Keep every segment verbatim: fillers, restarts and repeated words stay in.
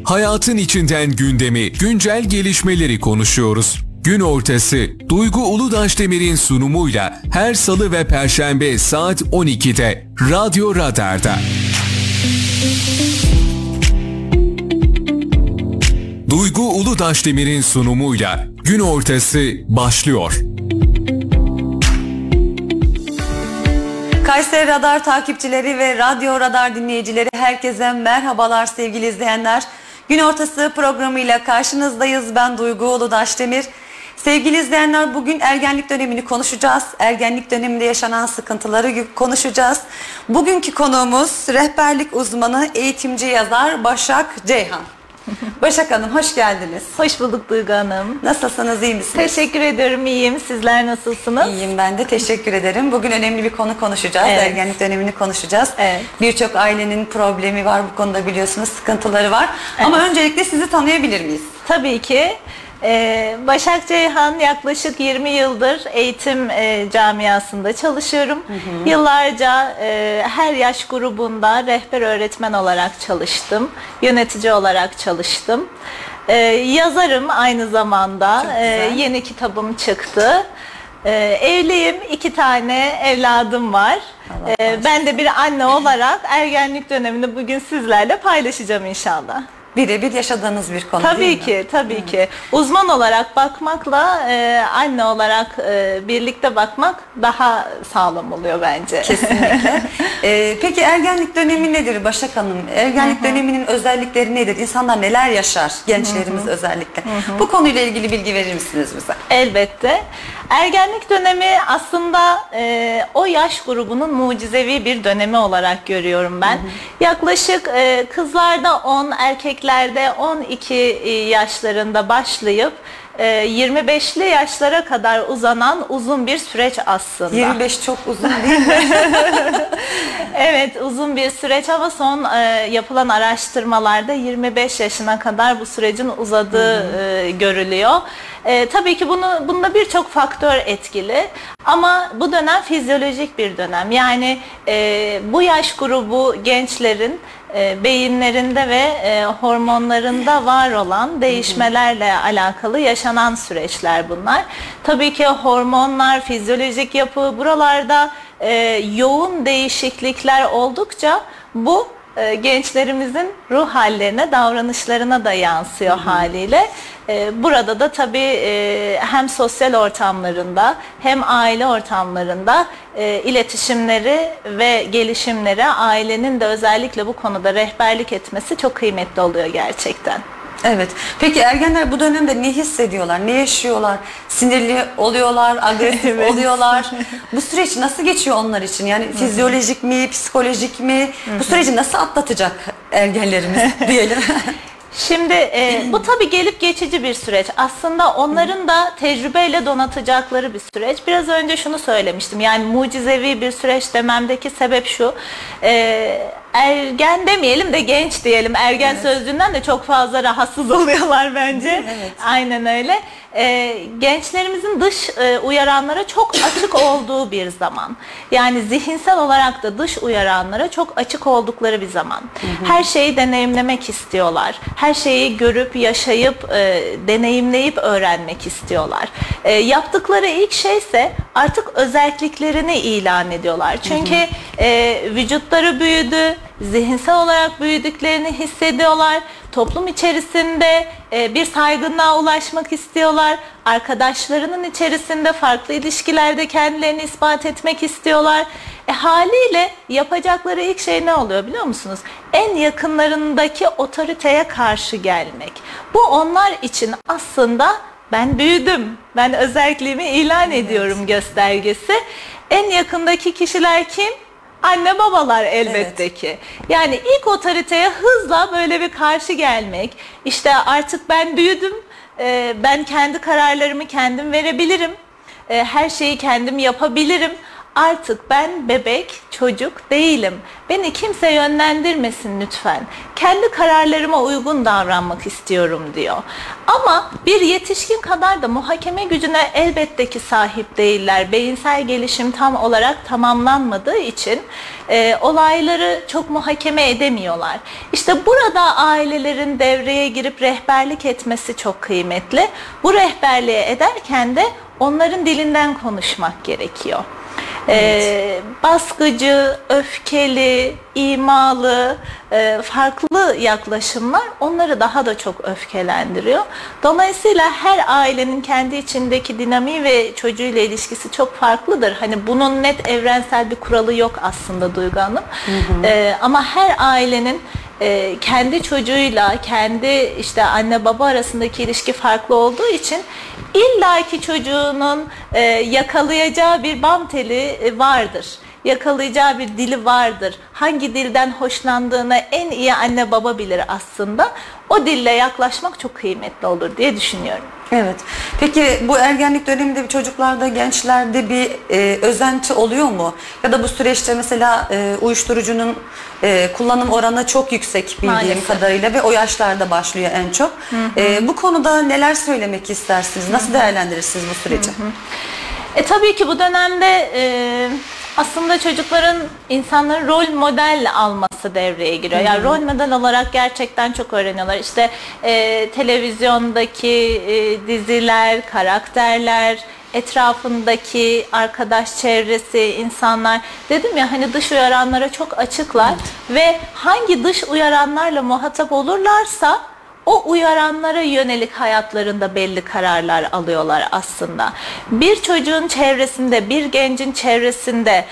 hayatın içinden gündemi, güncel gelişmeleri konuşuyoruz. Gün ortası Duygu Uludaşdemir'in sunumuyla her salı ve perşembe saat on ikide Radyo Radar'da. Duygu Uludaşdemir'in sunumuyla Gün ortası başlıyor. Kayseri Radar takipçileri ve Radyo Radar dinleyicileri herkese merhabalar sevgili izleyenler. Gün ortası programıyla karşınızdayız. Ben Duygu Uludaşdemir. Sevgili izleyenler, bugün ergenlik dönemini konuşacağız. Ergenlik döneminde yaşanan sıkıntıları konuşacağız. Bugünkü konuğumuz rehberlik uzmanı, eğitimci, yazar Başak Ceyhan. Başak Hanım, hoş geldiniz. Hoş bulduk Duygu Hanım. Nasılsınız, iyi misiniz? Teşekkür ederim, iyiyim. Sizler nasılsınız? İyiyim ben de, teşekkür ederim. Bugün önemli bir konu konuşacağız. Evet. Ergenlik dönemini konuşacağız. Evet. Birçok ailenin problemi var bu konuda, biliyorsunuz, sıkıntıları var. Evet. Ama öncelikle sizi tanıyabilir miyiz? Tabii ki. Ee, Başak Ceyhan, yaklaşık yirmi yıldır eğitim e, camiasında çalışıyorum. Hı hı. Yıllarca e, her yaş grubunda rehber öğretmen olarak çalıştım. Yönetici olarak çalıştım. E, yazarım aynı zamanda. E, yeni kitabım çıktı. E, evliyim, iki tane evladım var. E, ben de bir anne olarak ergenlik dönemini bugün sizlerle paylaşacağım inşallah. Birebir yaşadığınız bir konu tabii değil mi? ki, tabii Hı. ki. Uzman olarak bakmakla e, anne olarak e, birlikte bakmak daha sağlam oluyor bence. Kesinlikle. e, peki ergenlik dönemi nedir Başak Hanım? Ergenlik Hı-hı. döneminin özellikleri nedir? İnsanlar neler yaşar? Gençlerimiz Hı-hı. özellikle. Hı-hı. Bu konuyla ilgili bilgi verir misiniz bize? Elbette. Ergenlik dönemi aslında e, o yaş grubunun mucizevi bir dönemi olarak görüyorum ben. Hı hı. Yaklaşık e, kızlarda on, erkeklerde on iki yaşlarında başlayıp e, yirmi beşli yaşlara kadar uzanan uzun bir süreç aslında. yirmi beş çok uzun değil mi? Evet, uzun bir süreç ama son e, yapılan araştırmalarda yirmi beş yaşına kadar bu sürecin uzadığı e, görülüyor. E, tabii ki bunu bunda birçok faktör etkili ama bu dönem fizyolojik bir dönem. Yani e, bu yaş grubu gençlerin e, beyinlerinde ve e, hormonlarında var olan değişmelerle alakalı yaşanan süreçler bunlar. Tabii ki hormonlar, fizyolojik yapı buralarda e, yoğun değişiklikler oldukça bu e, gençlerimizin ruh hallerine, davranışlarına da yansıyor Hı-hı. haliyle. Burada da tabii hem sosyal ortamlarında hem aile ortamlarında iletişimleri ve gelişimleri ailenin de özellikle bu konuda rehberlik etmesi çok kıymetli oluyor gerçekten. Evet. Peki ergenler bu dönemde ne hissediyorlar, ne yaşıyorlar? Sinirli oluyorlar, agresif evet. oluyorlar. Bu süreç nasıl geçiyor onlar için? Yani Hı-hı. fizyolojik mi, psikolojik mi? Hı-hı. Bu süreci nasıl atlatacak ergenlerimiz diyelim? Şimdi e, bu tabii gelip geçici bir süreç. Aslında onların da tecrübeyle donatacakları bir süreç. Biraz önce şunu söylemiştim. Yani mucizevi bir süreç dememdeki sebep şu. E, ergen demeyelim de genç diyelim. Ergen evet. sözcüğünden de çok fazla rahatsız oluyorlar bence. Evet. Aynen öyle. E, gençlerimizin dış e, uyaranlara çok açık olduğu bir zaman. Yani zihinsel olarak da dış uyaranlara çok açık oldukları bir zaman. Hı hı. Her şeyi deneyimlemek istiyorlar. Her şeyi görüp, yaşayıp, e, deneyimleyip öğrenmek istiyorlar. E, yaptıkları ilk şeyse artık özelliklerini ilan ediyorlar. Çünkü hı hı. E, vücutları büyüdü, zihinsel olarak büyüdüklerini hissediyorlar. Toplum içerisinde e, bir saygınlığa ulaşmak istiyorlar. Arkadaşlarının içerisinde farklı ilişkilerde kendilerini ispat etmek istiyorlar. E, haliyle yapacakları ilk şey ne oluyor biliyor musunuz? En yakınlarındaki otoriteye karşı gelmek. Bu onlar için aslında ben büyüdüm, ben özelliğimi ilan evet. ediyorum göstergesi. En yakındaki kişiler kim? Anne babalar elbette evet. ki. Yani ilk otoriteye hızla böyle bir karşı gelmek, işte artık ben büyüdüm, ben kendi kararlarımı kendim verebilirim, her şeyi kendim yapabilirim. Artık ben bebek, çocuk değilim. Beni kimse yönlendirmesin lütfen. Kendi kararlarıma uygun davranmak istiyorum diyor. Ama bir yetişkin kadar da muhakeme gücüne elbette ki sahip değiller. Beyinsel gelişim tam olarak tamamlanmadığı için e, olayları çok muhakeme edemiyorlar. İşte burada ailelerin devreye girip rehberlik etmesi çok kıymetli. Bu rehberliği ederken de onların dilinden konuşmak gerekiyor. Evet. Ee, baskıcı, öfkeli, imalı, e, farklı yaklaşımlar onları daha da çok öfkelendiriyor. Dolayısıyla her ailenin kendi içindeki dinamiği ve çocuğuyla ilişkisi çok farklıdır. Hani bunun net evrensel bir kuralı yok aslında Duygu Hanım. Hı hı. Ee, ama her ailenin e, kendi çocuğuyla, kendi işte anne baba arasındaki ilişki farklı olduğu için illaki çocuğunun e, yakalayacağı bir bam teli e, vardır. Yakalayacağı bir dili vardır. Hangi dilden hoşlandığını en iyi anne baba bilir aslında. O dille yaklaşmak çok kıymetli olur diye düşünüyorum. Evet. Peki bu ergenlik döneminde çocuklarda, gençlerde bir e, özenti oluyor mu? Ya da bu süreçte mesela e, uyuşturucunun e, kullanım oranı çok yüksek bildiğim Maalesef. kadarıyla ve o yaşlarda başlıyor en çok. Hı hı. E, bu konuda neler söylemek istersiniz? Nasıl değerlendirirsiniz bu süreci? Hı hı. E, tabii ki bu dönemde e, aslında çocukların insanların rol model alması devreye giriyor. Yani rol model olarak gerçekten çok öğreniyorlar. İşte e, televizyondaki e, diziler, karakterler, etrafındaki arkadaş çevresi, insanlar. Dedim ya hani dış uyaranlara çok açıklar. Evet. Ve hangi dış uyaranlarla muhatap olurlarsa o uyaranlara yönelik hayatlarında belli kararlar alıyorlar aslında. Bir çocuğun çevresinde, bir gencin çevresinde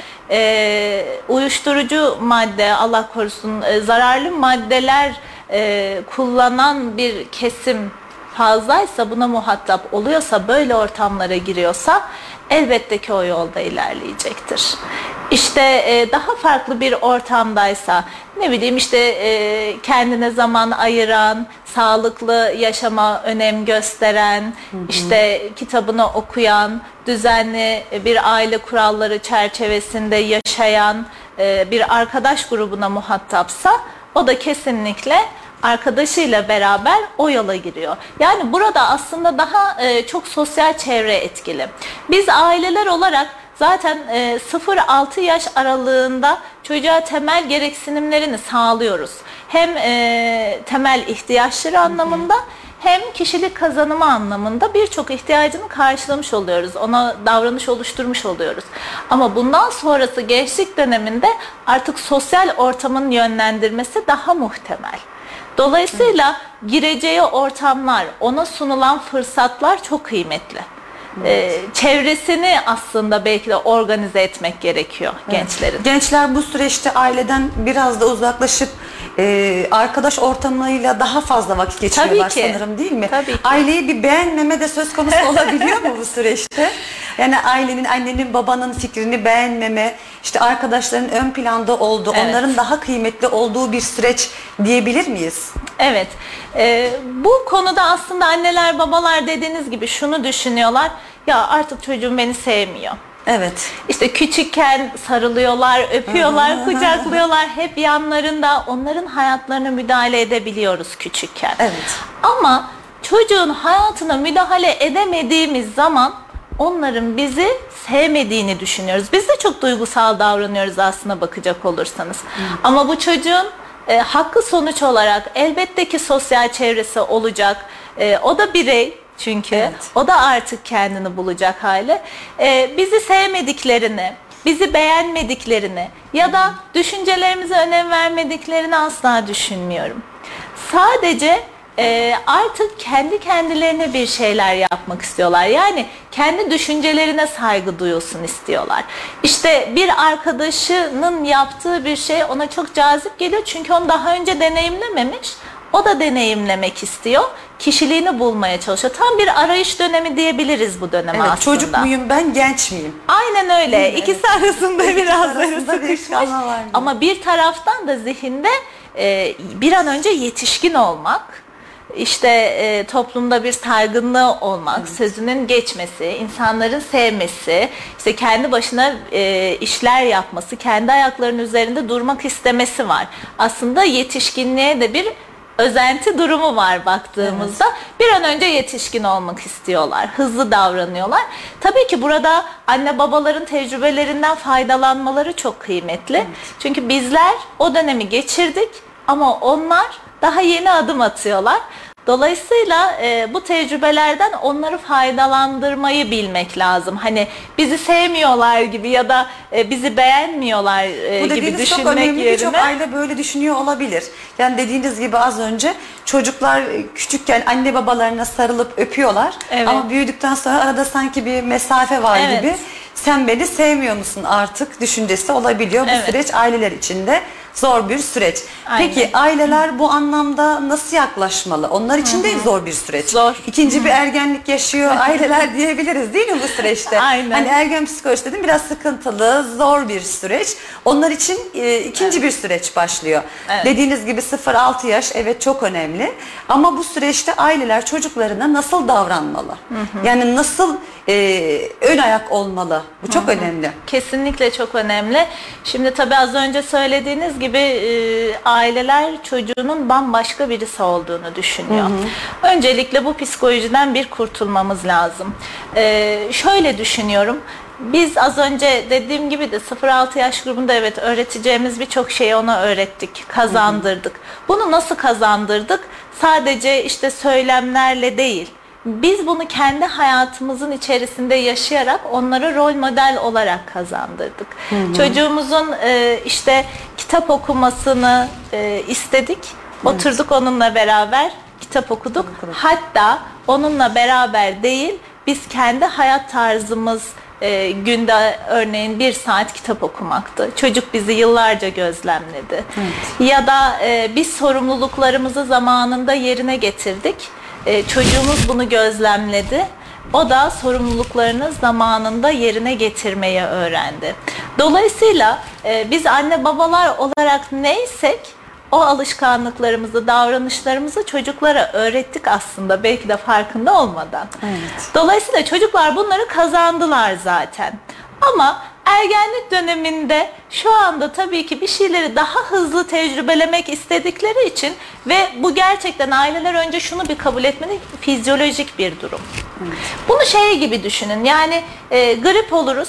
e, uyuşturucu madde, Allah korusun e, zararlı maddeler e, kullanan bir kesim fazlaysa, buna muhatap oluyorsa, böyle ortamlara giriyorsa elbette ki o yolda ilerleyecektir. İşte e, daha farklı bir ortamdaysa, ne bileyim işte e, kendine zaman ayıran, sağlıklı yaşama önem gösteren, hı hı. işte kitabını okuyan, düzenli bir aile kuralları çerçevesinde yaşayan e, bir arkadaş grubuna muhatapsa, o da kesinlikle arkadaşıyla beraber o yola giriyor. Yani burada aslında daha e, çok sosyal çevre etkili. Biz aileler olarak zaten e, sıfır altı yaş aralığında çocuğa temel gereksinimlerini sağlıyoruz. Hem e, temel ihtiyaçları anlamında hem kişilik kazanımı anlamında birçok ihtiyacını karşılamış oluyoruz. Ona davranış oluşturmuş oluyoruz. Ama bundan sonrası gençlik döneminde artık sosyal ortamın yönlendirmesi daha muhtemel. Dolayısıyla gireceği ortamlar, ona sunulan fırsatlar çok kıymetli. Evet. Ee, çevresini aslında belki de organize etmek gerekiyor evet. gençlerin. Gençler bu süreçte aileden biraz da uzaklaşıp e, arkadaş ortamıyla daha fazla vakit geçiriyorlar sanırım, değil mi? Tabii ki. Aileyi bir beğenmeme de söz konusu olabiliyor mu bu süreçte? Yani ailenin, annenin, babanın fikrini beğenmeme, işte arkadaşların ön planda olduğu, evet. onların daha kıymetli olduğu bir süreç diyebilir miyiz? Evet. Ee, bu konuda aslında anneler, babalar dediğiniz gibi şunu düşünüyorlar. Ya artık çocuğum beni sevmiyor. Evet. İşte küçükken sarılıyorlar, öpüyorlar, kucaklıyorlar. Hep yanlarında, onların hayatlarına müdahale edebiliyoruz küçükken. Evet. Ama çocuğun hayatına müdahale edemediğimiz zaman onların bizi sevmediğini düşünüyoruz. Biz de çok duygusal davranıyoruz aslına bakacak olursanız. Hmm. Ama bu çocuğun e, hakkı sonuç olarak elbette ki sosyal çevresi olacak. E, o da birey çünkü. Evet. O da artık kendini bulacak hale. E, bizi sevmediklerini, bizi beğenmediklerini ya da düşüncelerimize önem vermediklerini asla düşünmüyorum. Sadece e, artık kendi kendilerine bir şeyler yapmak istiyorlar. Yani kendi düşüncelerine saygı duyulsun istiyorlar. İşte bir arkadaşının yaptığı bir şey ona çok cazip geliyor. Çünkü onu daha önce deneyimlememiş. O da deneyimlemek istiyor. Kişiliğini bulmaya çalışıyor. Tam bir arayış dönemi diyebiliriz bu döneme evet, aslında. Çocuk muyum ben, genç miyim? Aynen öyle. Evet. İkisi arasında İkisi biraz arasında sıkışmış. Ama bir taraftan da zihinde e, bir an önce yetişkin olmak işte e, toplumda bir saygınlığı olmak, evet. sözünün geçmesi, insanların sevmesi, işte kendi başına e, işler yapması, kendi ayaklarının üzerinde durmak istemesi var. Aslında yetişkinliğe de bir özenti durumu var baktığımızda. Evet. Bir an önce yetişkin olmak istiyorlar, hızlı davranıyorlar. Tabii ki burada anne babaların tecrübelerinden faydalanmaları çok kıymetli. Evet. Çünkü bizler o dönemi geçirdik ama onlar daha yeni adım atıyorlar. Dolayısıyla e, bu tecrübelerden onları faydalandırmayı bilmek lazım. Hani bizi sevmiyorlar gibi ya da e, bizi beğenmiyorlar e, bu gibi düşünmek çok önemli, yerine. Birçok aile böyle düşünüyor olabilir. Yani dediğiniz gibi az önce çocuklar küçükken anne babalarına sarılıp öpüyorlar. Evet. Ama büyüdükten sonra arada sanki bir mesafe var evet. gibi. Sen beni sevmiyor musun artık düşüncesi olabiliyor. Bu evet. süreç aileler içinde zor bir süreç. Aynen. Peki aileler bu anlamda nasıl yaklaşmalı? Onlar için de zor bir süreç. Zor. İkinci Hı-hı. bir ergenlik yaşıyor aileler diyebiliriz değil mi bu süreçte? Aynen. Hani ergen psikolojisi dedim biraz sıkıntılı, zor bir süreç. Onlar için e, ikinci evet. bir süreç başlıyor. Evet. Dediğiniz gibi sıfır altı yaş evet çok önemli. Ama bu süreçte aileler çocuklarına nasıl davranmalı? Hı-hı. Yani nasıl e, ön ayak olmalı? Bu çok Hı-hı. önemli. Kesinlikle çok önemli. Şimdi tabii az önce söylediğiniz gibi e, aileler çocuğunun bambaşka birisi olduğunu düşünüyor. Hı hı. Öncelikle bu psikolojiden bir kurtulmamız lazım. E, şöyle düşünüyorum. Biz az önce dediğim gibi de sıfır altı yaş grubunda evet öğreteceğimiz birçok şeyi ona öğrettik, kazandırdık. Hı hı. Bunu nasıl kazandırdık? Sadece işte söylemlerle değil. Biz bunu kendi hayatımızın içerisinde yaşayarak onlara rol model olarak kazandırdık. Hı hı. Çocuğumuzun e, işte kitap okumasını e, istedik. Evet. Oturduk onunla beraber kitap okuduk. Evet. Hatta onunla beraber değil biz kendi hayat tarzımız e, günde örneğin bir saat kitap okumaktı. Çocuk bizi yıllarca gözlemledi. Evet. Ya da e, biz sorumluluklarımızı zamanında yerine getirdik. Ee, çocuğumuz bunu gözlemledi. O da sorumluluklarını zamanında yerine getirmeyi öğrendi. Dolayısıyla e, biz anne babalar olarak neysek o alışkanlıklarımızı, davranışlarımızı çocuklara öğrettik aslında belki de farkında olmadan. Evet. Dolayısıyla çocuklar bunları kazandılar zaten. Ama ergenlik döneminde şu anda tabii ki bir şeyleri daha hızlı tecrübelemek istedikleri için ve bu gerçekten aileler önce şunu bir kabul etmeli, fizyolojik bir durum. Evet. Bunu şey gibi düşünün, yani e, grip oluruz,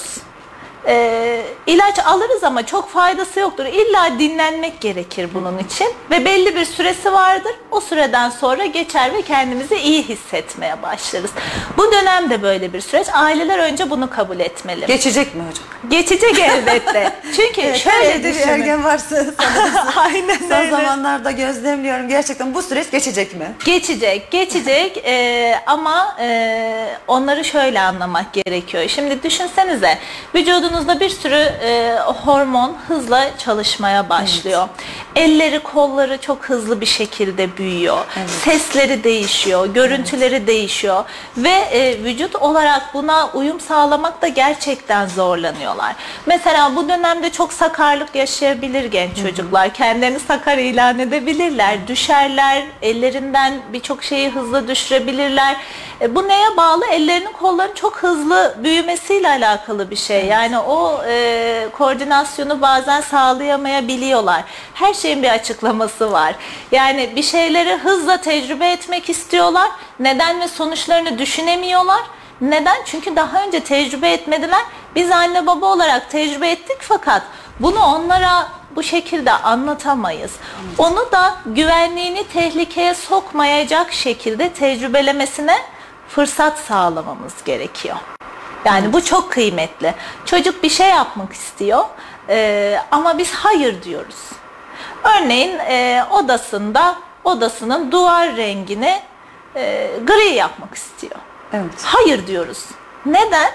e, ilaç alırız ama çok faydası yoktur. İlla dinlenmek gerekir bunun için ve belli bir süresi vardır. O süreden sonra geçer ve kendimizi iyi hissetmeye başlarız. Bu dönemde böyle bir süreç. Aileler önce bunu kabul etmeli. Geçecek mi hocam? Geçecek elbette. Çünkü evet, şöyle bir ergen varsa aynen son öyle. Zamanlarda gözlemliyorum. Gerçekten bu süreç geçecek mi? Geçecek, geçecek ee, ama e, onları şöyle anlamak gerekiyor. Şimdi düşünsenize, vücudunuzda bir sürü e, hormon hızla çalışmaya başlıyor. Evet. Elleri, kolları çok hızlı bir şekilde büyüyor. Evet. Sesleri değişiyor, görüntüleri evet. değişiyor ve e, vücut olarak buna uyum sağlamakta gerçekten zorlanıyorlar. Mesela bu dönemde çok sakarlık yaşayabilir genç Hı-hı. çocuklar. Kendilerini sakar ilan edebilirler, düşerler, ellerinden birçok şeyi hızlı düşürebilirler. E, bu neye bağlı? Ellerinin, kolların çok hızlı büyümesiyle alakalı bir şey. Evet. Yani o e, koordinasyonu bazen sağlayamayabiliyorlar. Her şeyin bir açıklaması var. Yani bir şeyleri hızla tecrübe etmek istiyorlar. Neden ve sonuçlarını düşünemiyorlar. Neden? Çünkü daha önce tecrübe etmediler. Biz anne baba olarak tecrübe ettik fakat bunu onlara bu şekilde anlatamayız. Evet. Onu da güvenliğini tehlikeye sokmayacak şekilde tecrübelemesine fırsat sağlamamız gerekiyor. Yani evet. bu çok kıymetli. Çocuk bir şey yapmak istiyor e, ama biz hayır diyoruz. Örneğin e, odasında odasının duvar rengini e, gri yapmak istiyor. Evet. Hayır diyoruz. Neden?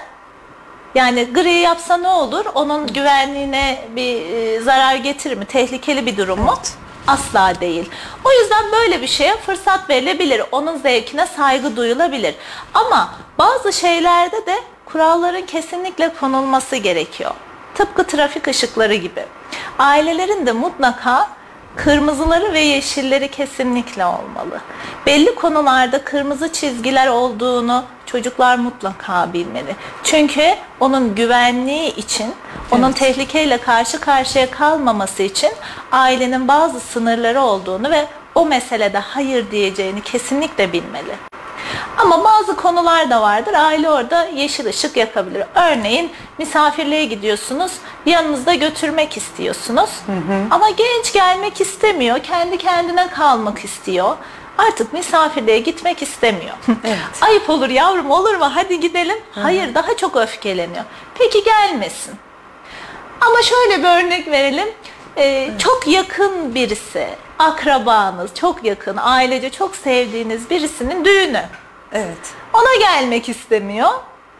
Yani gri yapsa ne olur? Onun güvenliğine bir e, zarar getirir mi? Tehlikeli bir durum mu? Evet. Asla değil. O yüzden böyle bir şeye fırsat verilebilir. Onun zevkine saygı duyulabilir. Ama bazı şeylerde de kuralların kesinlikle konulması gerekiyor. Tıpkı trafik ışıkları gibi. Ailelerin de mutlaka kırmızıları ve yeşilleri kesinlikle olmalı. Belli konularda kırmızı çizgiler olduğunu çocuklar mutlaka bilmeli. Çünkü onun güvenliği için, onun evet. tehlikeyle karşı karşıya kalmaması için ailenin bazı sınırları olduğunu ve o meselede hayır diyeceğini kesinlikle bilmeli. Ama bazı konular da vardır. Aile orada yeşil ışık yakabilir. Örneğin misafirliğe gidiyorsunuz, yanınızda götürmek istiyorsunuz. Hı hı. Ama genç gelmek istemiyor, kendi kendine kalmak istiyor. Artık misafirliğe gitmek istemiyor. Evet. Ayıp olur yavrum, olur mu? Hadi gidelim. Hı hı. Hayır, daha çok öfkeleniyor. Peki gelmesin. Ama şöyle bir örnek verelim. Ee, evet. Çok yakın birisi, akrabanız, çok yakın, ailece çok sevdiğiniz birisinin düğünü. Evet. Ona gelmek istemiyor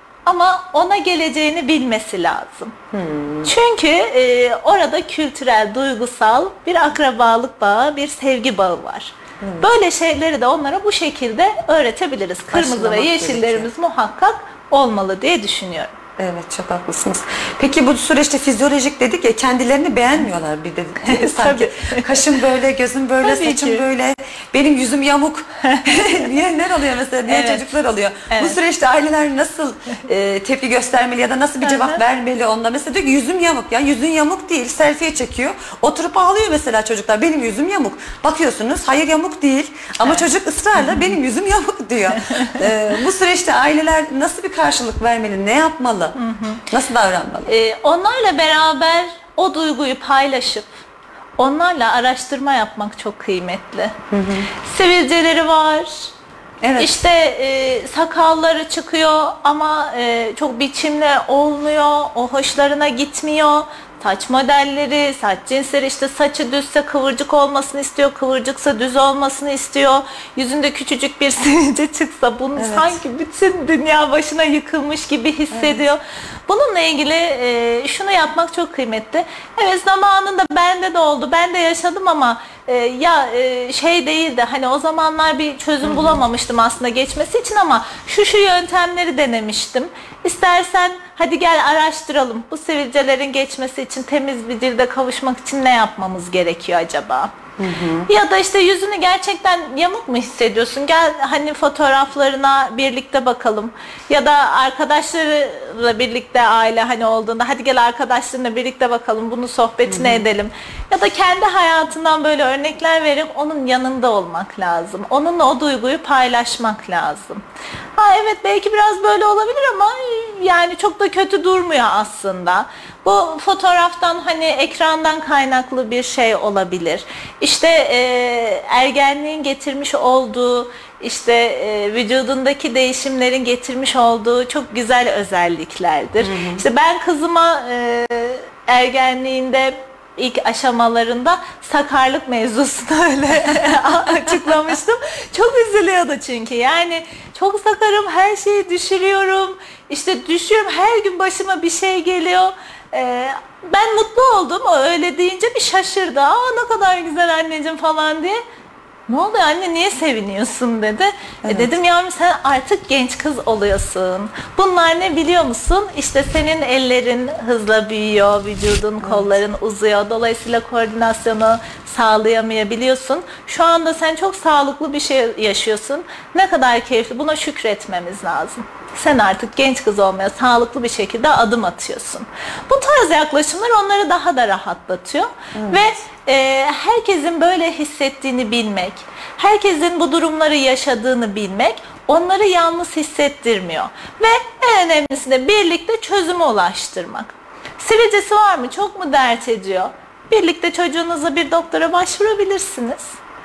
ama ona geleceğini bilmesi lazım. Hmm. Çünkü e, orada kültürel, duygusal bir akrabalık bağı, bir sevgi bağı var. Hmm. Böyle şeyleri de onlara bu şekilde öğretebiliriz. Kırmızı Aşılamak ve yeşillerimiz gerekiyor. Muhakkak olmalı diye düşünüyorum. Evet, çok haklısınız. Peki bu süreçte fizyolojik dedik ya, kendilerini beğenmiyorlar bir de. Sanki kaşım böyle, gözüm böyle, Tabii saçım ki. böyle, benim yüzüm yamuk. Diyenler oluyor mesela, diğer evet. çocuklar oluyor. Evet. Bu süreçte aileler nasıl e, tepki göstermeli ya da nasıl bir cevap vermeli onunla? Mesela diyor ki yüzüm yamuk. Ya yüzün yamuk değil, selfie çekiyor. Oturup ağlıyor mesela çocuklar. Benim yüzüm yamuk. Bakıyorsunuz, hayır yamuk değil. Ama evet. çocuk ısrarla benim yüzüm yamuk diyor. e, bu süreçte aileler nasıl bir karşılık vermeli? Ne yapmalı? Hı hı. Nasıl davranmalı? Ee, onlarla beraber o duyguyu paylaşıp onlarla araştırma yapmak çok kıymetli. Hı hı. Sivilceleri var. Evet. İşte e, sakalları çıkıyor ama e, çok biçimli olmuyor. O hoşlarına gitmiyor. Saç modelleri, saç cinsleri, işte saçı düzse kıvırcık olmasını istiyor, kıvırcıksa düz olmasını istiyor. Yüzünde küçücük bir sivilce çıksa bunu evet. sanki bütün dünya başına yıkılmış gibi hissediyor. Evet. Bununla ilgili e, şunu yapmak çok kıymetli. Evet, zamanında bende de oldu, ben de yaşadım ama e, ya e, şey değildi, hani o zamanlar bir çözüm Hı-hı. bulamamıştım aslında geçmesi için ama şu şu yöntemleri denemiştim. İstersen hadi gel araştıralım. Bu sivilcelerin geçmesi için, temiz bir cilde kavuşmak için ne yapmamız gerekiyor acaba? Hı hı. Ya da işte yüzünü gerçekten yamuk mu hissediyorsun? Gel hani fotoğraflarına birlikte bakalım. Ya da arkadaşlarıyla birlikte, aile hani olduğunda hadi gel arkadaşlarınla birlikte bakalım. Bunu sohbetini hı hı. edelim. Ya da kendi hayatından böyle örnekler verip onun yanında olmak lazım. Onunla o duyguyu paylaşmak lazım. Ha evet, belki biraz böyle olabilir ama yani çok da kötü durmuyor aslında. Bu fotoğraftan, hani ekrandan kaynaklı bir şey olabilir. İşte e, ergenliğin getirmiş olduğu, işte e, vücudundaki değişimlerin getirmiş olduğu çok güzel özelliklerdir. Hı hı. İşte ben kızıma e, ergenliğinde ilk aşamalarında sakarlık mevzusunu öyle açıklamıştım. Çok üzülüyordu çünkü. Yani çok sakarım, her şeyi düşürüyorum. İşte düşüyorum, her gün başıma bir şey geliyor. Ee, ben mutlu oldum. O öyle deyince bir şaşırdı. Aa, ne kadar güzel anneciğim falan diye. Ne oluyor anne, niye seviniyorsun dedi. Evet. E dedim yavrum, sen artık genç kız oluyorsun. Bunlar ne biliyor musun? İşte senin ellerin hızla büyüyor, vücudun, evet. kolların uzuyor. Dolayısıyla koordinasyonu sağlayamayabiliyorsun. Şu anda sen çok sağlıklı bir şey yaşıyorsun. Ne kadar keyifli. Buna şükretmemiz lazım. Sen artık genç kız olmaya sağlıklı bir şekilde adım atıyorsun. Bu tarz yaklaşımlar onları daha da rahatlatıyor. Evet. Ve e, herkesin böyle hissettiğini bilmek, herkesin bu durumları yaşadığını bilmek onları yalnız hissettirmiyor. Ve en önemlisi de birlikte çözüme ulaştırmak. Sivilcesi var mı? Çok mu dert ediyor? Birlikte çocuğunuza bir doktora başvurabilirsiniz.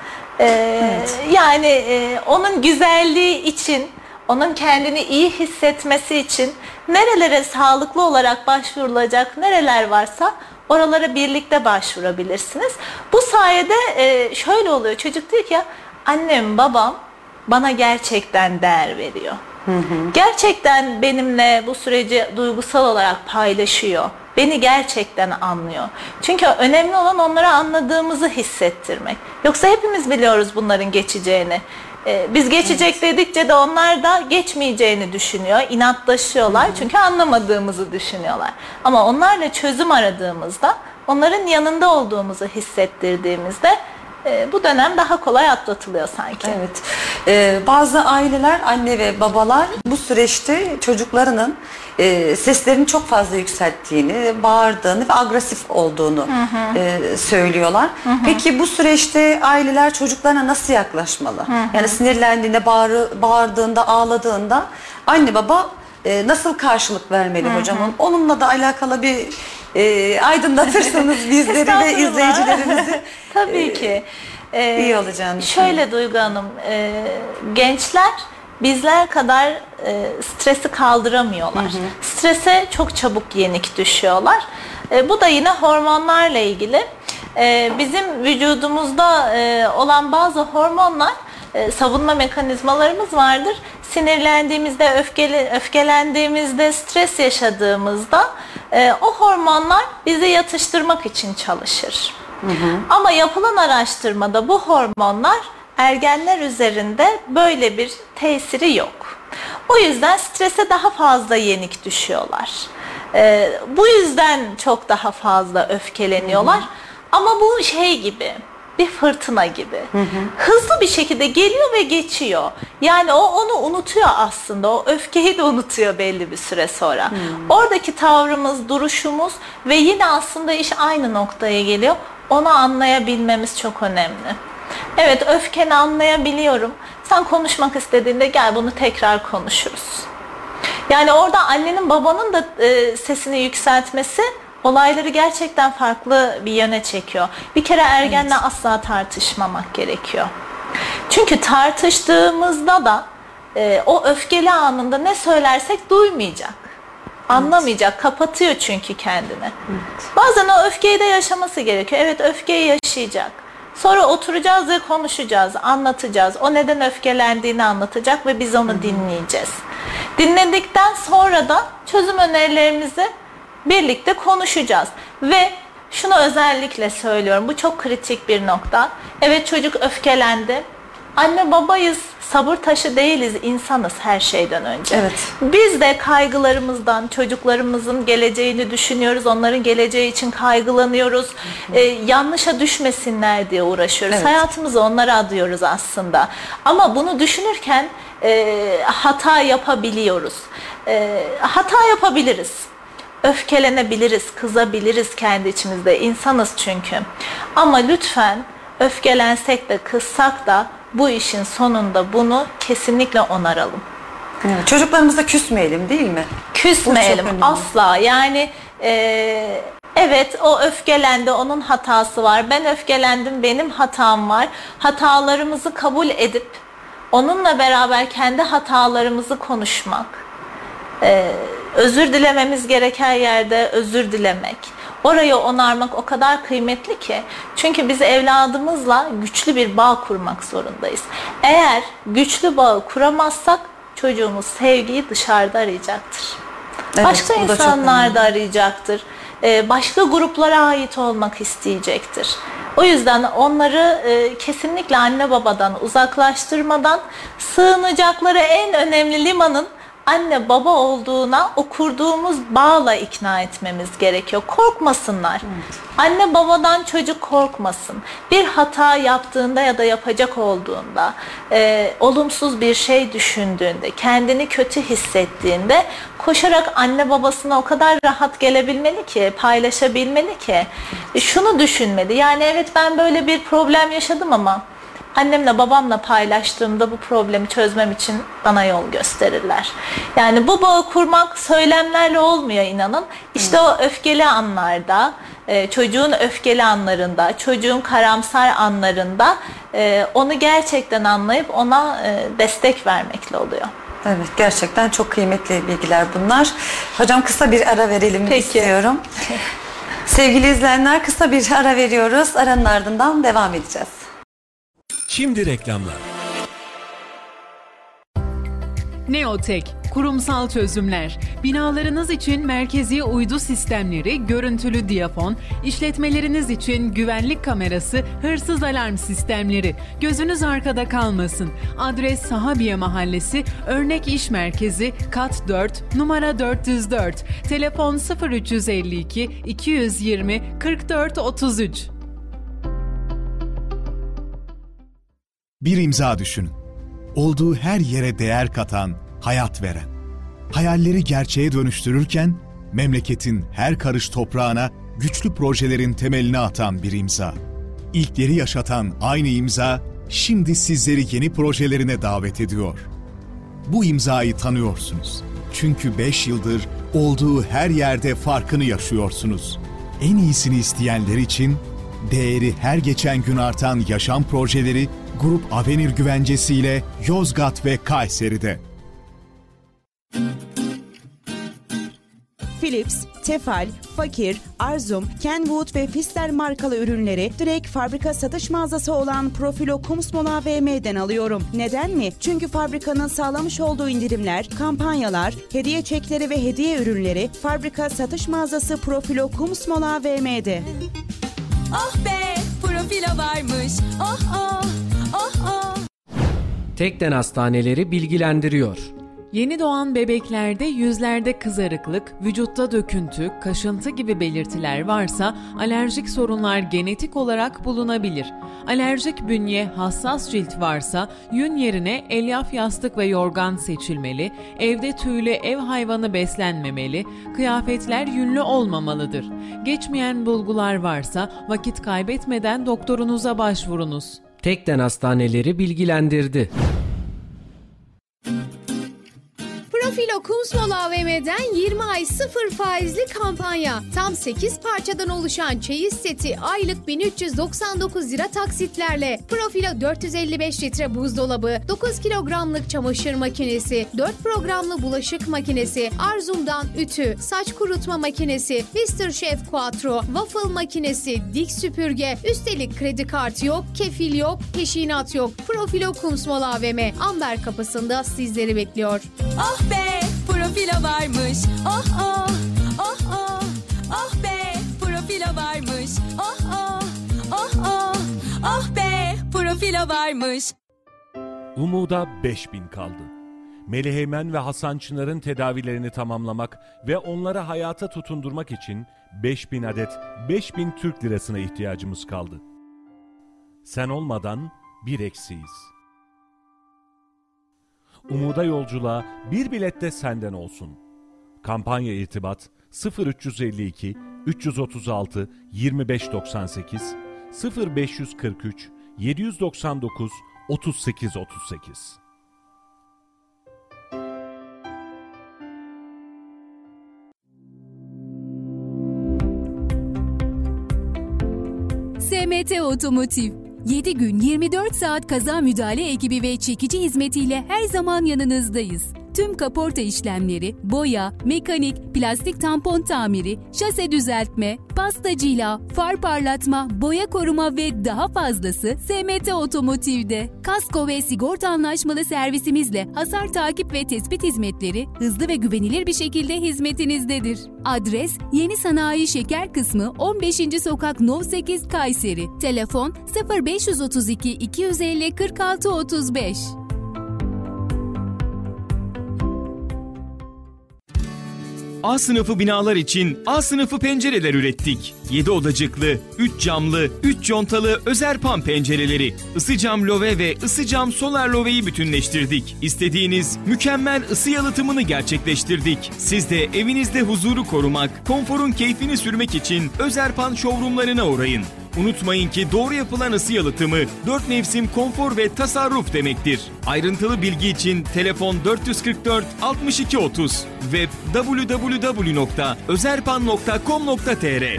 Ee, evet. Yani e, onun güzelliği için, onun kendini iyi hissetmesi için nerelere sağlıklı olarak başvurulacak, nereler varsa oralara birlikte başvurabilirsiniz. Bu sayede e, şöyle oluyor, çocuk diyor ki ya, annem babam bana gerçekten değer veriyor. Hı hı. Gerçekten benimle bu süreci duygusal olarak paylaşıyor. Beni gerçekten anlıyor. Çünkü önemli olan onlara anladığımızı hissettirmek. Yoksa hepimiz biliyoruz bunların geçeceğini. Ee, biz geçecek evet. dedikçe de onlar da geçmeyeceğini düşünüyor, inatlaşıyorlar. Hı hı. Çünkü anlamadığımızı düşünüyorlar. Ama onlarla çözüm aradığımızda onların yanında olduğumuzu hissettirdiğimizde e, bu dönem daha kolay atlatılıyor sanki. Evet. Ee, bazı aileler, anne ve babalar bu süreçte çocuklarının e, seslerini çok fazla yükselttiğini, bağırdığını ve agresif olduğunu hı hı. E, söylüyorlar. Hı hı. Peki bu süreçte aileler çocuklarına nasıl yaklaşmalı? Hı hı. Yani sinirlendiğinde, bağırı, bağırdığında, ağladığında anne baba e, nasıl karşılık vermeli hı hı. hocam? Onunla da alakalı bir e, aydınlatırsanız bizleri ve izleyicilerimizi. Tabii e, ki. Ee, İyi olacağını Şöyle Duygu Hanım, e, gençler bizler kadar e, stresi kaldıramıyorlar. Hı hı. Strese çok çabuk yenik düşüyorlar. E, bu da yine hormonlarla ilgili. E, bizim vücudumuzda e, olan bazı hormonlar, e, savunma mekanizmalarımız vardır. Sinirlendiğimizde, öfkeli, öfkelendiğimizde, stres yaşadığımızda e, o hormonlar bizi yatıştırmak için çalışır. Hı hı. Ama yapılan araştırmada bu hormonlar ergenler üzerinde böyle bir tesiri yok. O yüzden strese daha fazla yenik düşüyorlar. Ee, bu yüzden çok daha fazla öfkeleniyorlar. Hı hı. Ama bu şey gibi, bir fırtına gibi. Hı hı. Hızlı bir şekilde geliyor ve geçiyor. Yani o onu unutuyor aslında. O öfkeyi de unutuyor belli bir süre sonra. Hı. Oradaki tavrımız, duruşumuz ve yine aslında iş aynı noktaya geliyor. Onu anlayabilmemiz çok önemli. Evet, öfkeni anlayabiliyorum. Sen konuşmak istediğinde gel bunu tekrar konuşuruz. Yani orada annenin babanın da e, sesini yükseltmesi olayları gerçekten farklı bir yöne çekiyor. Bir kere ergenle evet. asla tartışmamak gerekiyor. Çünkü tartıştığımızda da e, o öfkeli anında ne söylersek duymayacak. Anlamayacak, evet. kapatıyor çünkü kendini. Evet. Bazen o öfkeyi de yaşaması gerekiyor. Evet, öfkeyi yaşayacak. Sonra oturacağız ve konuşacağız, anlatacağız. O neden öfkelendiğini anlatacak ve biz onu Hı-hı. dinleyeceğiz. Dinledikten sonra da çözüm önerilerimizi birlikte konuşacağız. Ve şunu özellikle söylüyorum, bu çok kritik bir nokta. Evet, çocuk öfkelendi. Anne babayız, sabır taşı değiliz, insanız her şeyden önce. Evet. Biz de kaygılarımızdan, çocuklarımızın geleceğini düşünüyoruz, onların geleceği için kaygılanıyoruz. Ee, yanlışa düşmesinler diye uğraşıyoruz. Evet. Hayatımızı onlara adıyoruz aslında. Ama bunu düşünürken e, hata yapabiliyoruz. E, hata yapabiliriz. Öfkelenebiliriz, kızabiliriz kendi içimizde. İnsanız çünkü. Ama lütfen öfkelensek de kızsak da bu işin sonunda bunu kesinlikle onaralım. Evet, çocuklarımıza küsmeyelim değil mi? Küsmeyelim asla. Yani e, evet o öfkelendi, onun hatası var. Ben öfkelendim, benim hatam var. Hatalarımızı kabul edip onunla beraber kendi hatalarımızı konuşmak. E, özür dilememiz gereken yerde özür dilemek. Orayı onarmak o kadar kıymetli ki. Çünkü biz evladımızla güçlü bir bağ kurmak zorundayız. Eğer güçlü bağı kuramazsak çocuğumuz sevgiyi dışarıda arayacaktır. Evet, başka insanlar da arayacaktır. Ee, başka gruplara ait olmak isteyecektir. O yüzden onları e, kesinlikle anne babadan uzaklaştırmadan sığınacakları en önemli limanın anne baba olduğuna o kurduğumuz bağla ikna etmemiz gerekiyor. Korkmasınlar. Evet. Anne babadan çocuk korkmasın. Bir hata yaptığında ya da yapacak olduğunda, e, olumsuz bir şey düşündüğünde, kendini kötü hissettiğinde koşarak anne babasına o kadar rahat gelebilmeli ki, paylaşabilmeli ki. E, şunu düşünmeli. Yani evet ben böyle bir problem yaşadım ama annemle babamla paylaştığımda bu problemi çözmem için bana yol gösterirler. Yani bu bağı kurmak söylemlerle olmuyor inanın. İşte o öfkeli anlarda, çocuğun öfkeli anlarında, çocuğun karamsar anlarında onu gerçekten anlayıp ona destek vermekle oluyor. Evet, gerçekten çok kıymetli bilgiler bunlar. Hocam kısa bir ara verelim Peki. istiyorum. Sevgili izleyenler, kısa bir ara veriyoruz. Aranın ardından devam edeceğiz. Şimdi reklamlar. Neotek, kurumsal çözümler. Binalarınız için merkezi uydu sistemleri, görüntülü diyafon, işletmeleriniz için güvenlik kamerası, hırsız alarm sistemleri. Gözünüz arkada kalmasın. Adres Sahabiye Mahallesi, Örnek İş Merkezi, kat dört, numara dört yüz dört. Telefon sıfır üç yüz elli iki iki yüz yirmi kırk dört otuz üç. Bir imza düşünün. Olduğu her yere değer katan, hayat veren. Hayalleri gerçeğe dönüştürürken, memleketin her karış toprağına güçlü projelerin temelini atan bir imza. İlkleri yaşatan aynı imza, şimdi sizleri yeni projelerine davet ediyor. Bu imzayı tanıyorsunuz. Çünkü beş yıldır olduğu her yerde farkını yaşıyorsunuz. En iyisini isteyenler için, değeri her geçen gün artan yaşam projeleri, Grup Avenir güvencesiyle Yozgat ve Kayseri'de. Philips, Tefal, Fakir, Arzum, Kenwood ve Pfister markalı ürünleri direkt fabrika satış mağazası olan Profilo Kumsmola A V M'den alıyorum. Neden mi? Çünkü fabrikanın sağlamış olduğu indirimler, kampanyalar, hediye çekleri ve hediye ürünleri fabrika satış mağazası Profilo Kumsmola A V M'de. Oh be, Profilo varmış. Oh oh, oh oh. Tekden Hastaneleri bilgilendiriyor. Yeni doğan bebeklerde yüzlerde kızarıklık, vücutta döküntü, kaşıntı gibi belirtiler varsa alerjik sorunlar genetik olarak bulunabilir. Alerjik bünye, hassas cilt varsa yün yerine elyaf yastık ve yorgan seçilmeli, evde tüylü ev hayvanı beslenmemeli, kıyafetler yünlü olmamalıdır. Geçmeyen bulgular varsa vakit kaybetmeden doktorunuza başvurunuz. Tekden Hastaneleri bilgilendirdi. Profilo Kumsmola A V M'den yirmi ay sıfır faizli kampanya. Tam sekiz parçadan oluşan çeyiz seti aylık bin üç yüz doksan dokuz lira taksitlerle. Profilo dört yüz elli beş litre buzdolabı, dokuz kilogramlık çamaşır makinesi, dört programlı bulaşık makinesi, Arzum'dan ütü, saç kurutma makinesi, mister Chef Quattro, waffle makinesi, dik süpürge, üstelik kredi kartı yok, kefil yok, peşinat yok. Profilo Kumsmola A V M Amber kapısında sizleri bekliyor. Oh be, Profilo varmış. Oh oh, oh oh, oh be, Profilo varmış. Oh oh, oh oh, oh be, Profilo varmış. Umuda beş bin kaldı. Melih Eymen ve Hasan Çınar'ın tedavilerini tamamlamak ve onları hayata tutundurmak için beş bin adet beş bin Türk lirasına ihtiyacımız kaldı. Sen olmadan bir eksiyiz. Umuda yolculuğa bir bilet de senden olsun. Kampanya irtibat sıfır üç elli iki üç otuz altı yirmi beş doksan sekiz sıfır beş kırk üç yedi doksan dokuz otuz sekiz otuz sekiz. S M T Otomotiv yedi gün yirmi dört saat kaza müdahale ekibi ve çekici hizmetiyle her zaman yanınızdayız. Tüm kaporta işlemleri, boya, mekanik, plastik tampon tamiri, şase düzeltme, pasta cila, far parlatma, boya koruma ve daha fazlası S M T Otomotiv'de. Kasko ve sigorta anlaşmalı servisimizle hasar takip ve tespit hizmetleri hızlı ve güvenilir bir şekilde hizmetinizdedir. Adres Yeni Sanayi Şeker Kısmı on beşinci Sokak No sekiz Kayseri. Telefon sıfır beş otuz iki iki yüz elli kırk altı otuz beş. A sınıfı binalar için A sınıfı pencereler ürettik. yedi odacıklı, üç camlı, üç contalı Özerpan pencereleri. Isı cam love ve ısı cam solar loveyi bütünleştirdik. İstediğiniz mükemmel ısı yalıtımını gerçekleştirdik. Siz de evinizde huzuru korumak, konforun keyfini sürmek için Özerpan showroomlarına uğrayın. Unutmayın ki doğru yapılan ısı yalıtımı dört mevsim konfor ve tasarruf demektir. Ayrıntılı bilgi için telefon dört yüz kırk dört altmış iki otuz, web double-u double-u double-u nokta özerpan nokta com nokta t r.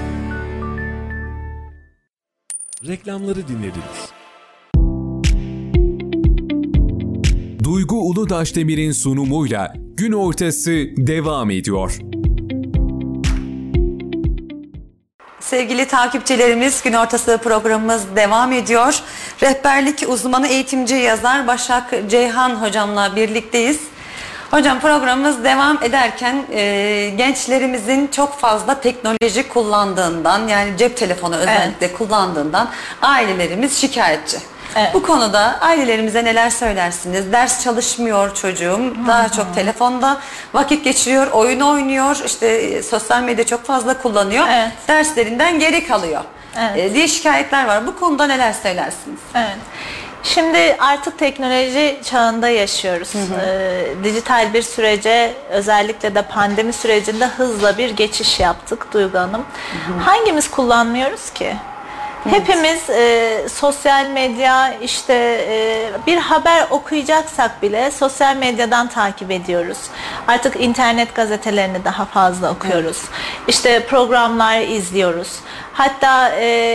Reklamları dinlediniz. Duygu Uludaşdemir'in sunumuyla Gün Ortası devam ediyor. Sevgili takipçilerimiz, Gün Ortası programımız devam ediyor. Rehberlik uzmanı, eğitimci, yazar Başak Ceyhan hocamla birlikteyiz. Hocam programımız devam ederken e, gençlerimizin çok fazla teknoloji kullandığından, yani cep telefonu özellikle evet. kullandığından ailelerimiz şikayetçi. Evet. Bu konuda ailelerimize neler söylersiniz? Ders çalışmıyor çocuğum, Hı-hı. daha çok telefonda vakit geçiriyor, oyun oynuyor, işte sosyal medya çok fazla kullanıyor, evet. derslerinden geri kalıyor evet. e, diye şikayetler var. Bu konuda neler söylersiniz? Evet. Şimdi artık teknoloji çağında yaşıyoruz. Hı hı. Ee, dijital bir sürece, özellikle de pandemi sürecinde hızla bir geçiş yaptık Duygu Hanım. Hı hı. Hangimiz kullanmıyoruz ki? Evet. Hepimiz e, sosyal medya, işte e, bir haber okuyacaksak bile sosyal medyadan takip ediyoruz. Artık internet gazetelerini daha fazla okuyoruz. Evet. İşte programlar izliyoruz. Hatta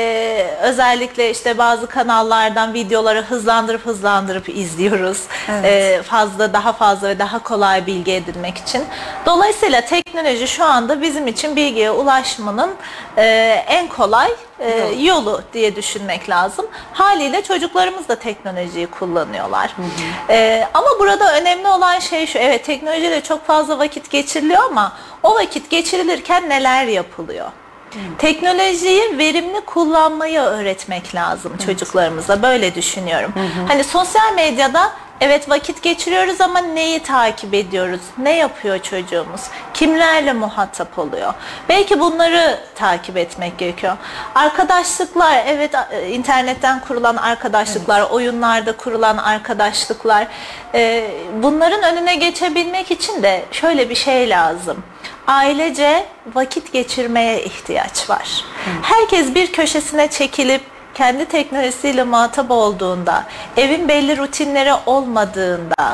e, özellikle işte bazı kanallardan videoları hızlandırıp hızlandırıp izliyoruz. Evet. E, fazla daha fazla ve daha kolay bilgi edinmek için. Dolayısıyla teknoloji şu anda bizim için bilgiye ulaşmanın e, en kolay e, yolu diye düşünmek lazım. Haliyle çocuklarımız da teknolojiyi kullanıyorlar. Hı hı. E, ama burada önemli olan şey şu. Evet, teknolojide çok fazla vakit geçiriliyor ama o vakit geçirilirken neler yapılıyor? Hmm. Teknolojiyi verimli kullanmayı öğretmek lazım evet. çocuklarımıza. Böyle düşünüyorum. Hı hı. Hani sosyal medyada evet vakit geçiriyoruz ama neyi takip ediyoruz? Ne yapıyor çocuğumuz? Kimlerle muhatap oluyor? Belki bunları takip etmek gerekiyor. Arkadaşlıklar, evet internetten kurulan arkadaşlıklar, evet. oyunlarda kurulan arkadaşlıklar. E, bunların önüne geçebilmek için de şöyle bir şey lazım. Ailece vakit geçirmeye ihtiyaç var. Hı. Herkes bir köşesine çekilip kendi teknolojisiyle muhatap olduğunda, evin belli rutinleri olmadığında,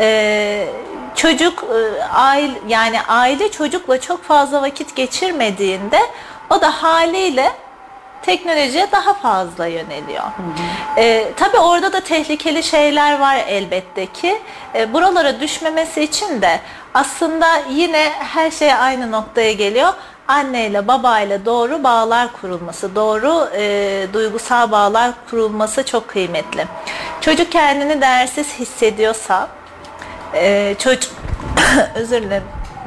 e, çocuk e, aile yani aile çocukla çok fazla vakit geçirmediğinde o da haliyle teknolojiye daha fazla yöneliyor. Hı hı. E, tabii orada da tehlikeli şeyler var elbette ki. E, buralara düşmemesi için de aslında yine her şey aynı noktaya geliyor. Anneyle babayla doğru bağlar kurulması, doğru e, duygusal bağlar kurulması çok kıymetli. Çocuk kendini değersiz hissediyorsa, e, çocuk özür dilerim.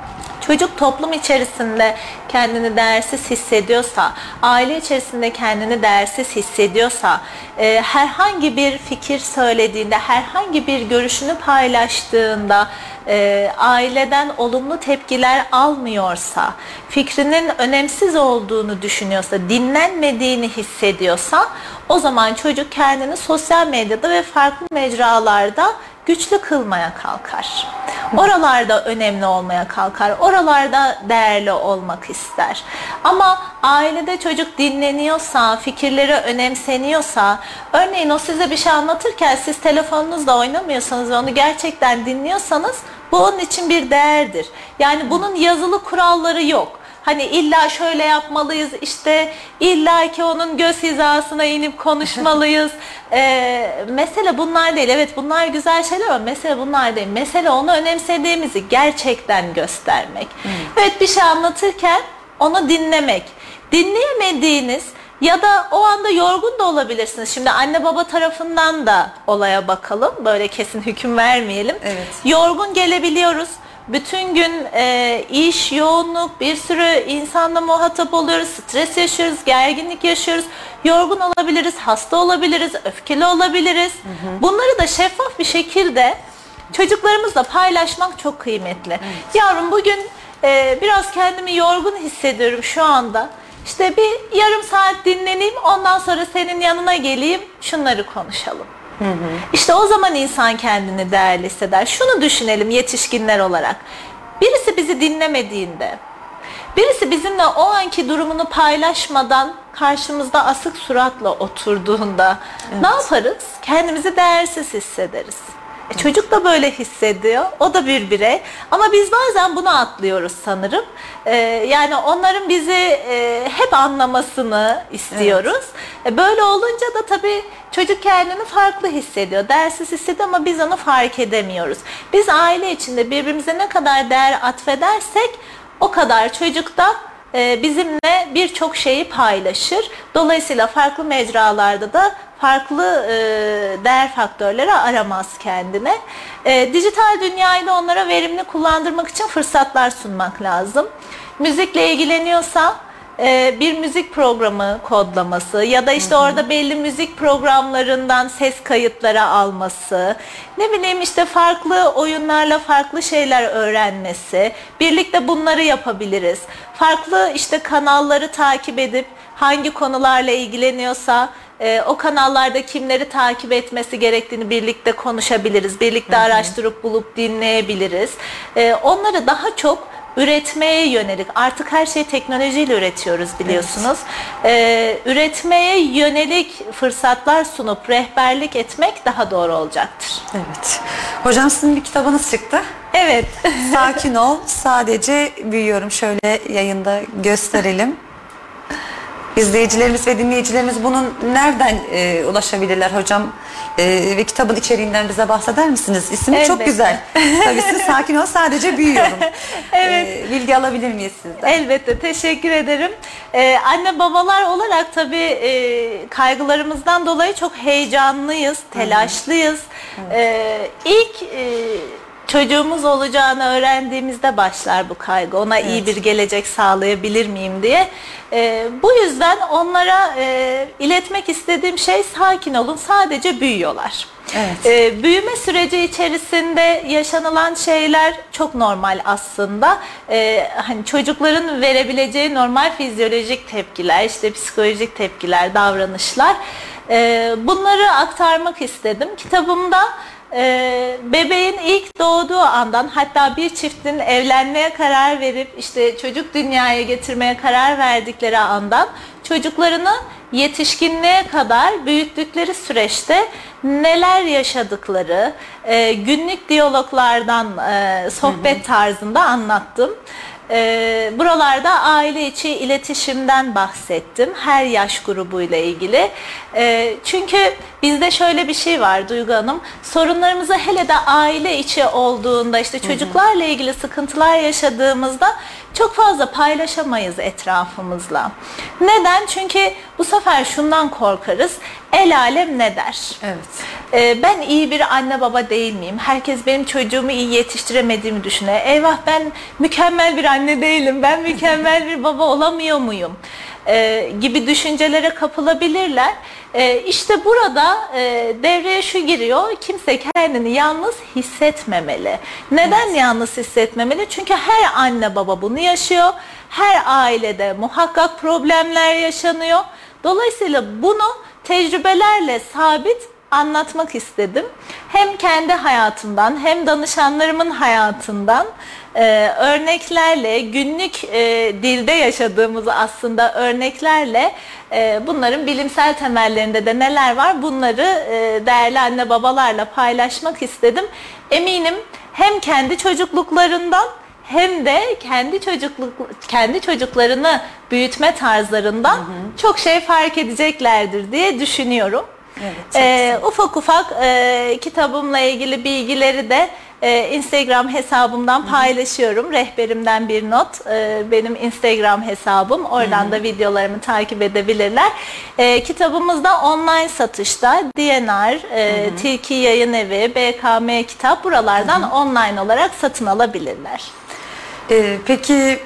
Çocuk toplum içerisinde kendini değersiz hissediyorsa, aile içerisinde kendini değersiz hissediyorsa, e, herhangi bir fikir söylediğinde, herhangi bir görüşünü paylaştığında, e, aileden olumlu tepkiler almıyorsa, fikrinin önemsiz olduğunu düşünüyorsa, dinlenmediğini hissediyorsa, o zaman çocuk kendini sosyal medyada ve farklı mecralarda güçlü kılmaya kalkar. Oralarda önemli olmaya kalkar. Oralarda değerli olmak ister. Ama ailede çocuk dinleniyorsa, fikirleri önemseniyorsa, örneğin o size bir şey anlatırken siz telefonunuzla oynamıyorsanız ve onu gerçekten dinliyorsanız bu onun için bir değerdir. Yani bunun yazılı kuralları yok. Hani illa şöyle yapmalıyız, işte illa ki onun göz hizasına inip konuşmalıyız. Ee, mesele bunlar değil. Evet, bunlar güzel şeyler ama mesele bunlar değil. Mesele onu önemsediğimizi gerçekten göstermek. Hmm. Evet, bir şey anlatırken onu dinlemek. Dinleyemediğiniz ya da o anda yorgun da olabilirsiniz. Şimdi anne baba tarafından da olaya bakalım. Böyle kesin hüküm vermeyelim. Evet. Yorgun gelebiliyoruz. Bütün gün e, iş, yoğunluk, bir sürü insanla muhatap oluyoruz, stres yaşıyoruz, gerginlik yaşıyoruz, yorgun olabiliriz, hasta olabiliriz, öfkeli olabiliriz. Hı hı. Bunları da şeffaf bir şekilde çocuklarımızla paylaşmak çok kıymetli. Evet. Yavrum, bugün e, biraz kendimi yorgun hissediyorum şu anda. İşte bir yarım saat dinleneyim, ondan sonra senin yanına geleyim, şunları konuşalım. Hı hı. İşte o zaman insan kendini değerli hisseder. Şunu düşünelim yetişkinler olarak. Birisi bizi dinlemediğinde, birisi bizimle o anki durumunu paylaşmadan karşımızda asık suratla oturduğunda evet. ne yaparız? Kendimizi değersiz hissederiz. E, çocuk da böyle hissediyor. O da bir birey. Ama biz bazen bunu atlıyoruz sanırım. E, yani onların bizi e, hep anlamasını istiyoruz. Evet. E, böyle olunca da tabii çocuk kendini farklı hissediyor. Değersiz hissediyor ama biz onu fark edemiyoruz. Biz aile içinde birbirimize ne kadar değer atfedersek o kadar çocuk da bizimle birçok şeyi paylaşır. Dolayısıyla farklı mecralarda da farklı e, değer faktörleri aramaz kendine. E, dijital dünyayı da onlara verimli kullandırmak için fırsatlar sunmak lazım. Müzikle ilgileniyorsa e, bir müzik programı kodlaması ya da işte hı hı. orada belli müzik programlarından ses kayıtları alması, ne bileyim işte farklı oyunlarla farklı şeyler öğrenmesi, birlikte bunları yapabiliriz. Farklı işte kanalları takip edip hangi konularla ilgileniyorsa e, o kanallarda kimleri takip etmesi gerektiğini birlikte konuşabiliriz, birlikte hı hı. araştırıp bulup dinleyebiliriz. E, onları daha çok üretmeye yönelik, artık her şeyi teknolojiyle üretiyoruz biliyorsunuz. Evet. Ee, üretmeye yönelik fırsatlar sunup rehberlik etmek daha doğru olacaktır. Evet. Hocam sizin bir kitabınız çıktı. Evet. Sakin ol, sadece büyüyorum. Şöyle yayında gösterelim. İzleyicilerimiz ve dinleyicilerimiz bunun nereden e, ulaşabilirler hocam? E, ve kitabın içeriğinden bize bahseder misiniz? İsmi Elbette. Çok güzel. Tabii siz sakin ol, sadece büyüyorum. Evet. E, bilgi alabilir miyiz sizden? Elbette, teşekkür ederim. Ee, anne babalar olarak tabii e, kaygılarımızdan dolayı çok heyecanlıyız, telaşlıyız. Hı hı. Ee, ilk e, çocuğumuz olacağını öğrendiğimizde başlar bu kaygı. Ona evet. iyi bir gelecek sağlayabilir miyim diye. Ee, bu yüzden onlara e, iletmek istediğim şey, sakin olun, sadece büyüyorlar. Evet. Ee, büyüme süreci içerisinde yaşanılan şeyler çok normal aslında. Ee, hani çocukların verebileceği normal fizyolojik tepkiler, işte psikolojik tepkiler, davranışlar. Ee, bunları aktarmak istedim. Kitabımda Ee, bebeğin ilk doğduğu andan, hatta bir çiftin evlenmeye karar verip işte çocuk dünyaya getirmeye karar verdikleri andan çocuklarını yetişkinliğe kadar büyüttükleri süreçte neler yaşadıkları e, günlük diyaloglardan, e, sohbet hı hı. tarzında anlattım. E, buralarda aile içi iletişimden bahsettim, her yaş grubuyla ilgili. E, çünkü bizde şöyle bir şey var Duygu Hanım, sorunlarımızı hele de aile içi olduğunda, işte çocuklarla ilgili sıkıntılar yaşadığımızda çok fazla paylaşamayız etrafımızla. Neden? Çünkü bu sefer şundan korkarız, el alem ne der? Evet. Ee, ben iyi bir anne baba değil miyim? Herkes benim çocuğumu iyi yetiştiremediğimi düşünüyor. Eyvah, ben mükemmel bir anne değilim, ben mükemmel bir baba olamıyor muyum? Ee, gibi düşüncelere kapılabilirler. Ee, işte burada e, devreye şu giriyor, kimse kendini yalnız hissetmemeli. Neden evet. yalnız hissetmemeli? Çünkü her anne baba bunu yaşıyor. Her ailede muhakkak problemler yaşanıyor. Dolayısıyla bunu tecrübelerle sabit anlatmak istedim. Hem kendi hayatımdan hem danışanlarımın hayatından e, örneklerle, günlük e, dilde yaşadığımız aslında örneklerle e, bunların bilimsel temellerinde de neler var, bunları e, değerli anne babalarla paylaşmak istedim. Eminim hem kendi çocukluklarından hem de kendi çocukluk kendi çocuklarını büyütme tarzlarından hı hı. çok şey fark edeceklerdir diye düşünüyorum. Evet, ee, ufak ufak e, kitabımla ilgili bilgileri de e, Instagram hesabımdan hı hı. paylaşıyorum. Rehberimden bir not. E, benim Instagram hesabım. Oradan hı hı. da videolarımı takip edebilirler. E, kitabımız da online satışta. D N R, e, hı hı. Tilki Yayın Evi, B K M Kitap, buralardan hı hı. online olarak satın alabilirler. Ee, peki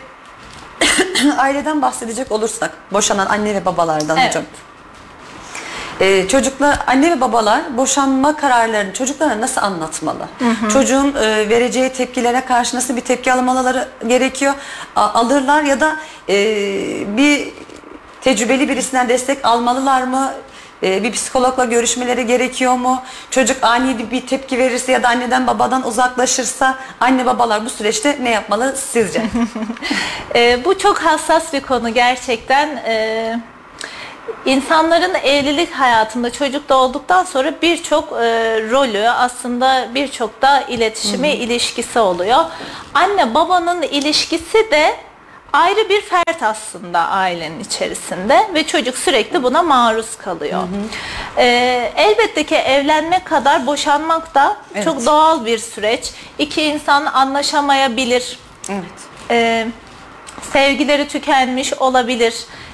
aileden bahsedecek olursak, boşanan anne ve babalardan evet. hocam. Ee, çocuklar, anne ve babalar boşanma kararlarını çocuklarına nasıl anlatmalı? Hı hı. Çocuğun e, vereceği tepkilere karşı nasıl bir tepki almaları gerekiyor? A, alırlar ya da e, bir tecrübeli birisinden destek almalılar mı? E, bir psikologla görüşmeleri gerekiyor mu? Çocuk ani bir tepki verirse ya da anneden babadan uzaklaşırsa anne babalar bu süreçte ne yapmalı sizce? e, bu çok hassas bir konu gerçekten. E, İnsanların evlilik hayatında çocuk doğduktan sonra birçok e, rolü, aslında birçok da iletişimi, hı hı. ilişkisi oluyor. Anne babanın ilişkisi de ayrı bir fert aslında ailenin içerisinde ve çocuk sürekli buna maruz kalıyor. Hı hı. E, elbette ki evlenmek kadar boşanmak da evet. çok doğal bir süreç. İki insan anlaşamayabilir. Evet. E, sevgileri tükenmiş olabilir.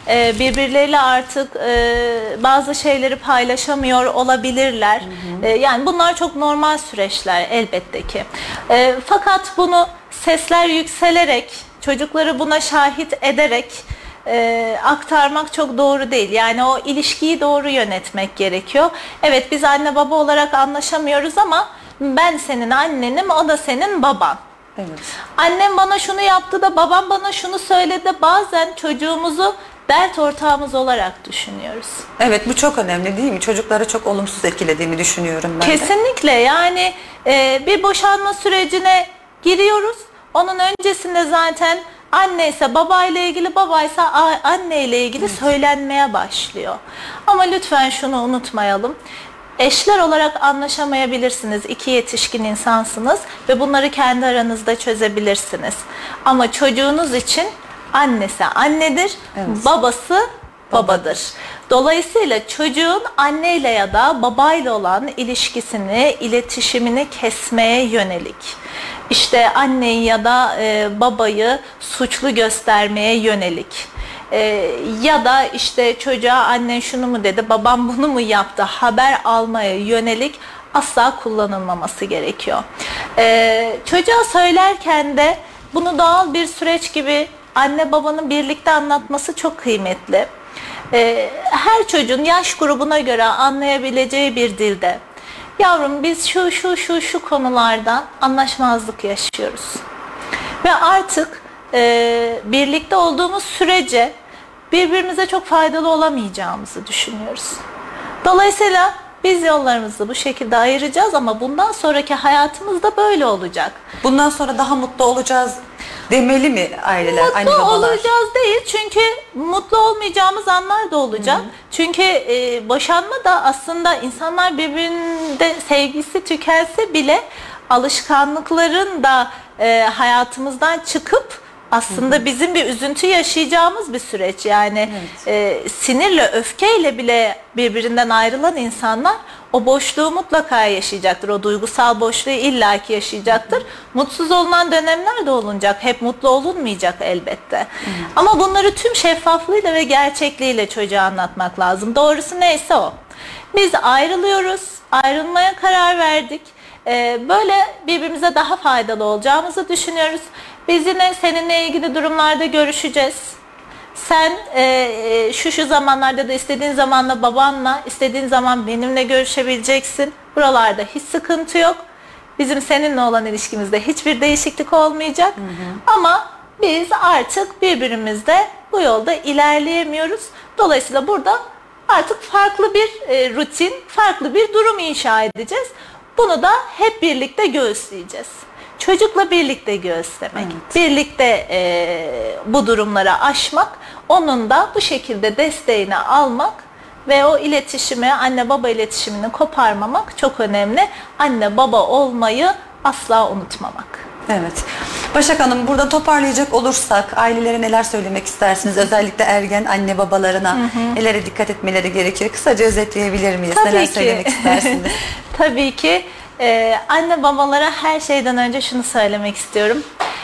e, birbirleriyle artık e, bazı şeyleri paylaşamıyor olabilirler. Hı hı. E, yani bunlar çok normal süreçler elbette ki. E, fakat bunu sesler yükselerek, çocukları buna şahit ederek e, aktarmak çok doğru değil. Yani o ilişkiyi doğru yönetmek gerekiyor. Evet, biz anne baba olarak anlaşamıyoruz ama ben senin annenim, o da senin baban. Evet. Annem bana şunu yaptı da babam bana şunu söyledi. Bazen çocuğumuzu dert ortağımız olarak düşünüyoruz. Evet, bu çok önemli değil mi? Çocukları çok olumsuz etkilediğini düşünüyorum ben de. Kesinlikle, yani e, bir boşanma sürecine giriyoruz. Onun öncesinde zaten anne ise babayla ilgili, babaysa anne ile ilgili söylenmeye başlıyor. Ama lütfen şunu unutmayalım. Eşler olarak anlaşamayabilirsiniz. İki yetişkin insansınız ve bunları kendi aranızda çözebilirsiniz. Ama çocuğunuz için annesi annedir, evet. babası babadır. Dolayısıyla çocuğun anneyle ya da babayla olan ilişkisini, iletişimini kesmeye yönelik, İşte anneyi ya da e, babayı suçlu göstermeye yönelik, e, ya da işte çocuğa annen şunu mu dedi, babam bunu mu yaptı haber almaya yönelik asla kullanılmaması gerekiyor. E, çocuğa söylerken de bunu doğal bir süreç gibi anne babanın birlikte anlatması çok kıymetli. E, her çocuğun yaş grubuna göre anlayabileceği bir dilde. Yavrum, biz şu şu şu şu konulardan anlaşmazlık yaşıyoruz. Ve artık e, birlikte olduğumuz sürece birbirimize çok faydalı olamayacağımızı düşünüyoruz. Dolayısıyla biz yollarımızı bu şekilde ayıracağız ama bundan sonraki hayatımız da böyle olacak. Bundan sonra daha mutlu olacağız demeli mi aileler, mutlu anne babalar? Mutlu olacağız değil, çünkü mutlu olmayacağımız anlar da olacak. Hı hı. Çünkü e, boşanma da aslında insanlar birbirinde sevgisi tükense bile alışkanlıkların da e, hayatımızdan çıkıp aslında hı hı. bizim bir üzüntü yaşayacağımız bir süreç. Yani evet. e, sinirle, öfkeyle bile birbirinden ayrılan insanlar o boşluğu mutlaka yaşayacaktır. O duygusal boşluğu illaki yaşayacaktır. Hı hı. Mutsuz olunan dönemler de olunacak. Hep mutlu olunmayacak elbette. Hı hı. Ama bunları tüm şeffaflığıyla ve gerçekliğiyle çocuğa anlatmak lazım. Doğrusu neyse o. Biz ayrılıyoruz. Ayrılmaya karar verdik. Ee, böyle birbirimize daha faydalı olacağımızı düşünüyoruz. Biz yine seninle ilgili durumlarda görüşeceğiz. Sen e, şu şu zamanlarda da istediğin zamanla babanla, istediğin zaman benimle görüşebileceksin. Buralarda hiç sıkıntı yok. Bizim seninle olan ilişkimizde hiçbir değişiklik olmayacak. Hı hı. Ama biz artık birbirimizle bu yolda ilerleyemiyoruz. Dolayısıyla burada artık farklı bir e, rutin, farklı bir durum inşa edeceğiz. Bunu da hep birlikte göğüsleyeceğiz. Çocukla birlikte göğüslemek, evet. birlikte e, bu durumları aşmak, onun da bu şekilde desteğini almak ve o iletişimi, anne baba iletişimini koparmamak çok önemli. Anne baba olmayı asla unutmamak. Evet. Başak Hanım, burada toparlayacak olursak ailelere neler söylemek istersiniz? Özellikle ergen anne babalarına hı hı. nelere dikkat etmeleri gerekiyor? Kısaca özetleyebilir miyiz? Tabii neler ki. söylemek istersiniz? Tabii ki. Ee, anne babalara her şeyden önce şunu söylemek istiyorum.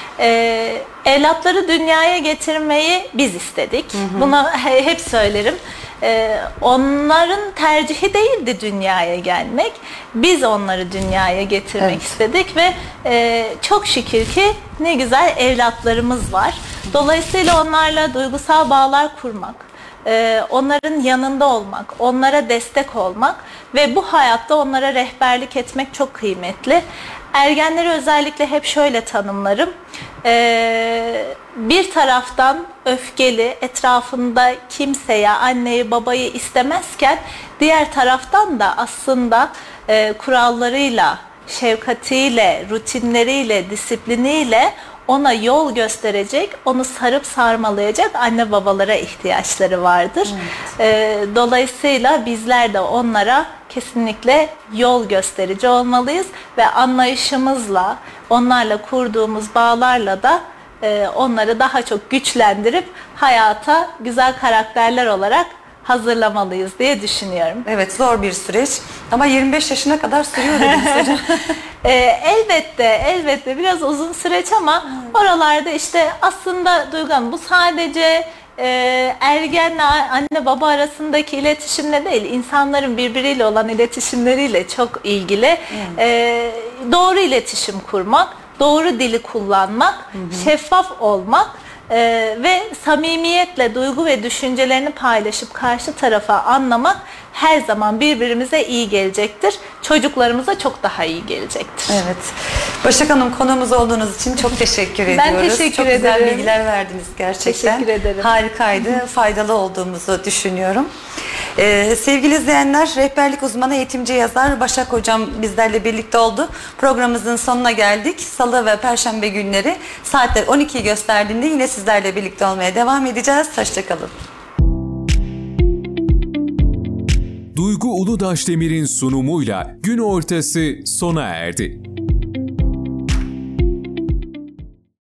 Ee, evlatları dünyaya getirmeyi biz istedik. Hı hı. Bunu he, hep söylerim. Ee, onların tercihi değildi dünyaya gelmek. Biz onları dünyaya getirmek evet. istedik ve e, çok şükür ki ne güzel evlatlarımız var. Dolayısıyla onlarla duygusal bağlar kurmak, e, onların yanında olmak, onlara destek olmak ve bu hayatta onlara rehberlik etmek çok kıymetli. Ergenleri özellikle hep şöyle tanımlarım. Ee, bir taraftan öfkeli, etrafında kimseye, anneyi, babayı istemezken diğer taraftan da aslında e, kurallarıyla, şefkatiyle, rutinleriyle, disipliniyle ona yol gösterecek, onu sarıp sarmalayacak anne babalara ihtiyaçları vardır. Evet. Ee, dolayısıyla bizler de onlara kesinlikle yol gösterici olmalıyız ve anlayışımızla, onlarla kurduğumuz bağlarla da e, onları daha çok güçlendirip hayata güzel karakterler olarak hazırlamalıyız diye düşünüyorum. Evet, zor bir süreç ama yirmi beş yaşına kadar sürüyor dediniz hocam. e, elbette, elbette biraz uzun süreç ama hmm. oralarda işte aslında Duygu Hanım, bu sadece e, ergenle anne baba arasındaki iletişimle değil, insanların birbiriyle olan iletişimleriyle çok ilgili. Hmm. E, doğru iletişim kurmak, doğru dili kullanmak, hmm. şeffaf olmak e, ve samimiyetle duygu ve düşüncelerini paylaşıp karşı tarafa anlamak her zaman birbirimize iyi gelecektir. Çocuklarımıza çok daha iyi gelecektir. Evet. Başak Hanım, konuğumuz olduğunuz için çok teşekkür ediyoruz. Ben teşekkür çok ederim. Çok güzel bilgiler verdiniz gerçekten. Teşekkür ederim. Harikaydı. Faydalı olduğumuzu düşünüyorum. Ee, sevgili izleyenler, rehberlik uzmanı, eğitimci, yazar Başak Hocam bizlerle birlikte oldu. Programımızın sonuna geldik. Salı ve Perşembe günleri saatler on ikiyi gösterdiğinde yine sizlerle birlikte olmaya devam edeceğiz. Hoşçakalın. Duygu Uludaşdemir'in sunumuyla Gün Ortası sona erdi.